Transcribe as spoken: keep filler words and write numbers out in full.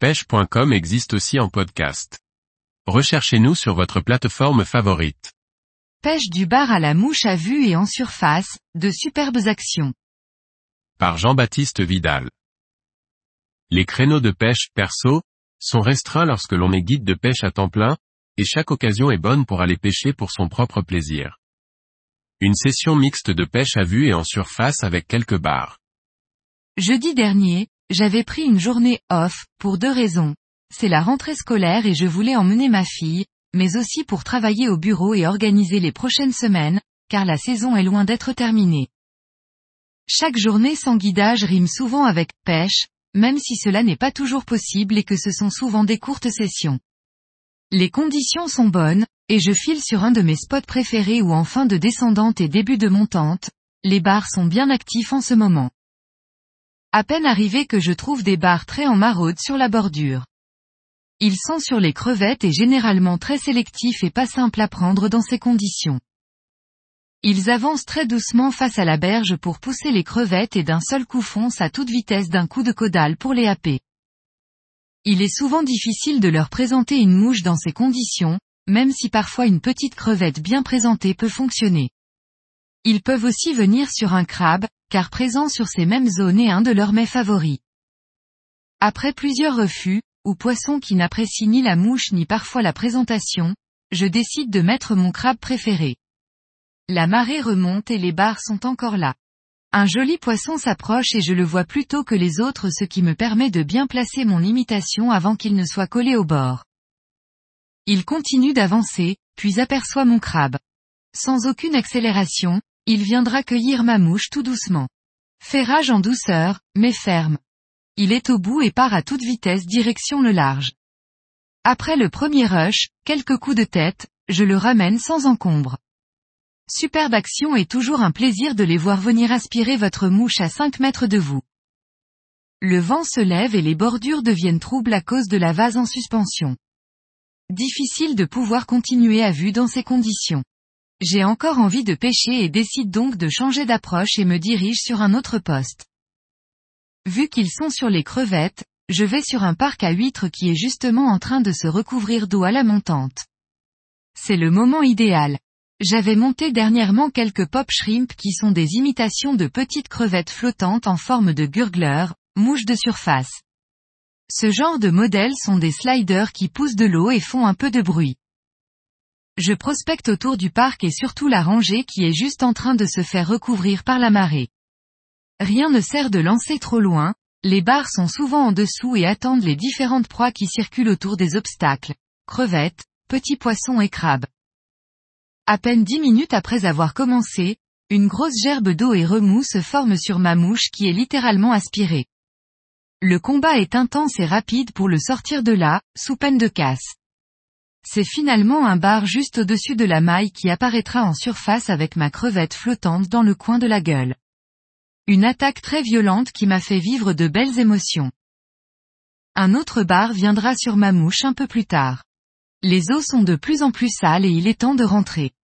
pêche point com existe aussi en podcast. Recherchez-nous sur votre plateforme favorite. Pêche du bar à la mouche à vue et en surface, de superbes actions. Par Jean-Baptiste Vidal. Les créneaux de pêche, perso, sont restreints lorsque l'on est guide de pêche à temps plein, et chaque occasion est bonne pour aller pêcher pour son propre plaisir. Une session mixte de pêche à vue et en surface avec quelques bars. Jeudi dernier, j'avais pris une journée off, pour deux raisons. C'est la rentrée scolaire et je voulais emmener ma fille, mais aussi pour travailler au bureau et organiser les prochaines semaines, car la saison est loin d'être terminée. Chaque journée sans guidage rime souvent avec « pêche », même si cela n'est pas toujours possible et que ce sont souvent des courtes sessions. Les conditions sont bonnes, et je file sur un de mes spots préférés où en fin de descendante et début de montante, les bars sont bien actifs en ce moment. À peine arrivé que je trouve des bars très en maraude sur la bordure. Ils sont sur les crevettes et généralement très sélectifs et pas simples à prendre dans ces conditions. Ils avancent très doucement face à la berge pour pousser les crevettes et d'un seul coup foncent à toute vitesse d'un coup de caudale pour les happer. Il est souvent difficile de leur présenter une mouche dans ces conditions, même si parfois une petite crevette bien présentée peut fonctionner. Ils peuvent aussi venir sur un crabe, car présent sur ces mêmes zones est un de leurs mets favoris. Après plusieurs refus, ou poissons qui n'apprécient ni la mouche ni parfois la présentation, je décide de mettre mon crabe préféré. La marée remonte et les bars sont encore là. Un joli poisson s'approche et je le vois plus tôt que les autres, ce qui me permet de bien placer mon imitation avant qu'il ne soit collé au bord. Il continue d'avancer, puis aperçoit mon crabe. Sans aucune accélération, il viendra cueillir ma mouche tout doucement. Ferrage en douceur, mais ferme. Il est au bout et part à toute vitesse direction le large. Après le premier rush, quelques coups de tête, je le ramène sans encombre. Superbe action et toujours un plaisir de les voir venir aspirer votre mouche à cinq mètres de vous. Le vent se lève et les bordures deviennent troubles à cause de la vase en suspension. Difficile de pouvoir continuer à vue dans ces conditions. J'ai encore envie de pêcher et décide donc de changer d'approche et me dirige sur un autre poste. Vu qu'ils sont sur les crevettes, je vais sur un parc à huîtres qui est justement en train de se recouvrir d'eau à la montante. C'est le moment idéal. J'avais monté dernièrement quelques pop shrimp qui sont des imitations de petites crevettes flottantes en forme de gurgler, mouches de surface. Ce genre de modèles sont des sliders qui poussent de l'eau et font un peu de bruit. Je prospecte autour du parc et surtout la rangée qui est juste en train de se faire recouvrir par la marée. Rien ne sert de lancer trop loin, les bars sont souvent en dessous et attendent les différentes proies qui circulent autour des obstacles, crevettes, petits poissons et crabes. À peine dix minutes après avoir commencé, une grosse gerbe d'eau et remous se forme sur ma mouche qui est littéralement aspirée. Le combat est intense et rapide pour le sortir de là, sous peine de casse. C'est finalement un bar juste au-dessus de la maille qui apparaîtra en surface avec ma crevette flottante dans le coin de la gueule. Une attaque très violente qui m'a fait vivre de belles émotions. Un autre bar viendra sur ma mouche un peu plus tard. Les eaux sont de plus en plus sales et il est temps de rentrer.